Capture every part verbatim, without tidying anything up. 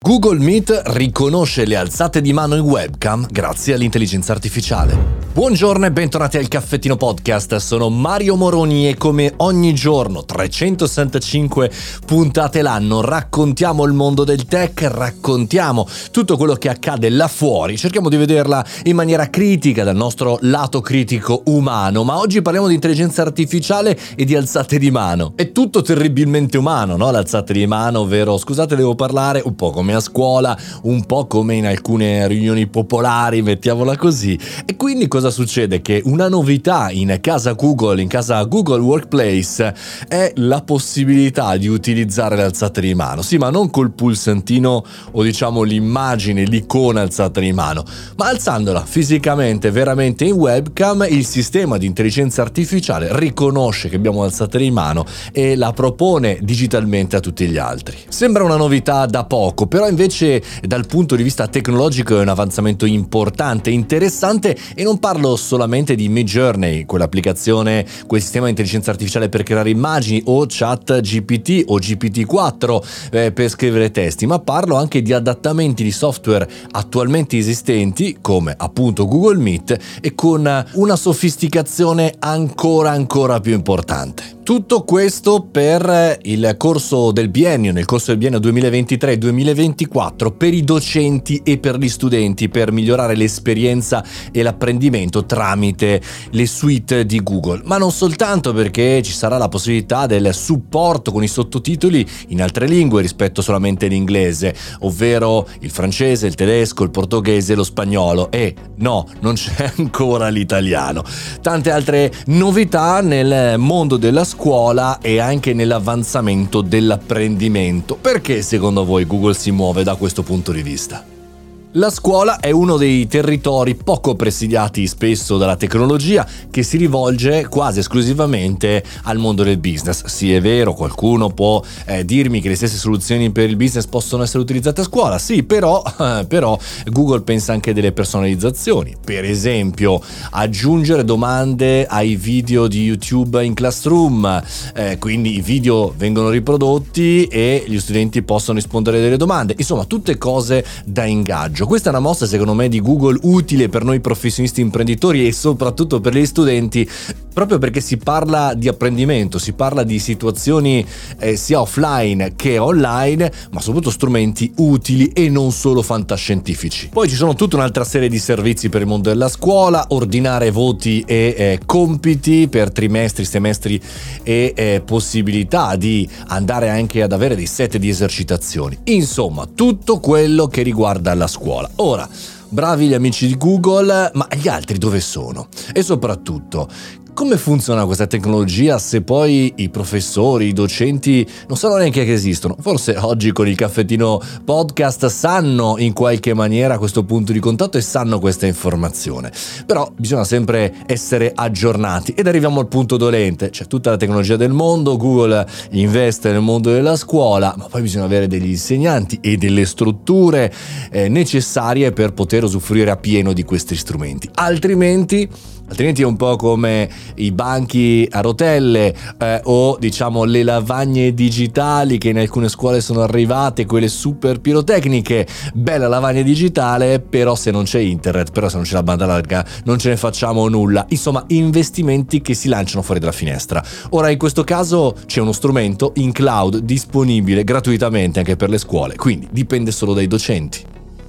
Google Meet riconosce le alzate di mano in webcam grazie all'intelligenza artificiale. Buongiorno e bentornati al Caffettino Podcast, sono Mario Moroni e come ogni giorno, trecentosessantacinque puntate l'anno, raccontiamo il mondo del tech, raccontiamo tutto quello che accade là fuori, cerchiamo di vederla in maniera critica dal nostro lato critico umano, ma oggi parliamo di intelligenza artificiale e di alzate di mano. È tutto terribilmente umano, no? L'alzate di mano, ovvero scusate devo parlare un po' come a scuola, un po' come in alcune riunioni popolari, mettiamola così. E quindi cosa succede? Che una novità in casa Google, in casa Google Workplace, è la possibilità di utilizzare le alzate di mano. Sì, ma non col pulsantino o diciamo l'immagine, l'icona alzata di mano, ma alzandola fisicamente, veramente in webcam, il sistema di intelligenza artificiale riconosce che abbiamo alzate di mano e la propone digitalmente a tutti gli altri. Sembra una novità da poco, però invece dal punto di vista tecnologico è un avanzamento importante, interessante, e non parlo solamente di Midjourney, quell'applicazione, quel sistema di intelligenza artificiale per creare immagini, o ChatGPT o G P T quattro eh, per scrivere testi, ma parlo anche di adattamenti di software attualmente esistenti come appunto Google Meet e con una sofisticazione ancora ancora più importante. Tutto questo per il corso del biennio, nel corso del biennio duemilaventitré duemilaventiquattro, per i docenti e per gli studenti, per migliorare l'esperienza e l'apprendimento tramite le suite di Google. Ma non soltanto, perché ci sarà la possibilità del supporto con i sottotitoli in altre lingue rispetto solamente all'inglese, ovvero il francese, il tedesco, il portoghese, lo spagnolo e no, non c'è ancora l'italiano. Tante altre novità nel mondo della scuola scuola e anche nell'avanzamento dell'apprendimento. Perché secondo voi Google si muove da questo punto di vista? La scuola è uno dei territori poco presidiati spesso dalla tecnologia, che si rivolge quasi esclusivamente al mondo del business. Sì, è vero, qualcuno può eh, dirmi che le stesse soluzioni per il business possono essere utilizzate a scuola, sì, però, eh, però Google pensa anche delle personalizzazioni. Per esempio, aggiungere domande ai video di YouTube in Classroom, eh, quindi i video vengono riprodotti e gli studenti possono rispondere delle domande. Insomma, tutte cose da ingaggio. Questa è una mossa secondo me di Google utile per noi professionisti imprenditori e soprattutto per gli studenti, proprio perché si parla di apprendimento, si parla di situazioni eh, sia offline che online, ma soprattutto strumenti utili e non solo fantascientifici. Poi ci sono tutta un'altra serie di servizi per il mondo della scuola, ordinare voti e eh, compiti per trimestri, semestri e eh, possibilità di andare anche ad avere dei set di esercitazioni. Insomma, tutto quello che riguarda la scuola. Ora, bravi gli amici di Google, ma gli altri dove sono? E soprattutto, come funziona questa tecnologia se poi i professori, i docenti non sanno neanche che esistono? Forse oggi con il Caffettino Podcast sanno in qualche maniera questo punto di contatto e sanno questa informazione. Però bisogna sempre essere aggiornati ed arriviamo al punto dolente. C'è tutta la tecnologia del mondo, Google investe nel mondo della scuola, ma poi bisogna avere degli insegnanti e delle strutture eh, necessarie per poter usufruire appieno di questi strumenti. Altrimenti Altrimenti è un po' come i banchi a rotelle eh, o diciamo le lavagne digitali che in alcune scuole sono arrivate, quelle super pirotecniche. Bella lavagna digitale, però se non c'è internet, però se non c'è la banda larga non ce ne facciamo nulla. Insomma, investimenti che si lanciano fuori dalla finestra. Ora in questo caso c'è uno strumento in cloud disponibile gratuitamente anche per le scuole, quindi dipende solo dai docenti.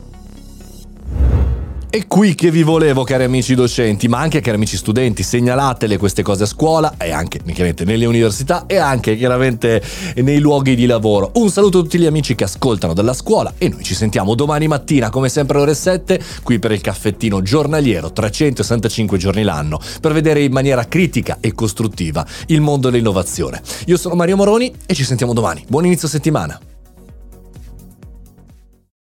È qui che vi volevo, cari amici docenti, ma anche cari amici studenti, segnalatele queste cose a scuola e anche chiaramente nelle università e anche chiaramente nei luoghi di lavoro. Un saluto a tutti gli amici che ascoltano dalla scuola e noi ci sentiamo domani mattina come sempre alle ore sette qui per il caffettino giornaliero trecentosessantacinque giorni l'anno per vedere in maniera critica e costruttiva il mondo dell'innovazione. Io sono Mario Moroni e ci sentiamo domani. Buon inizio settimana.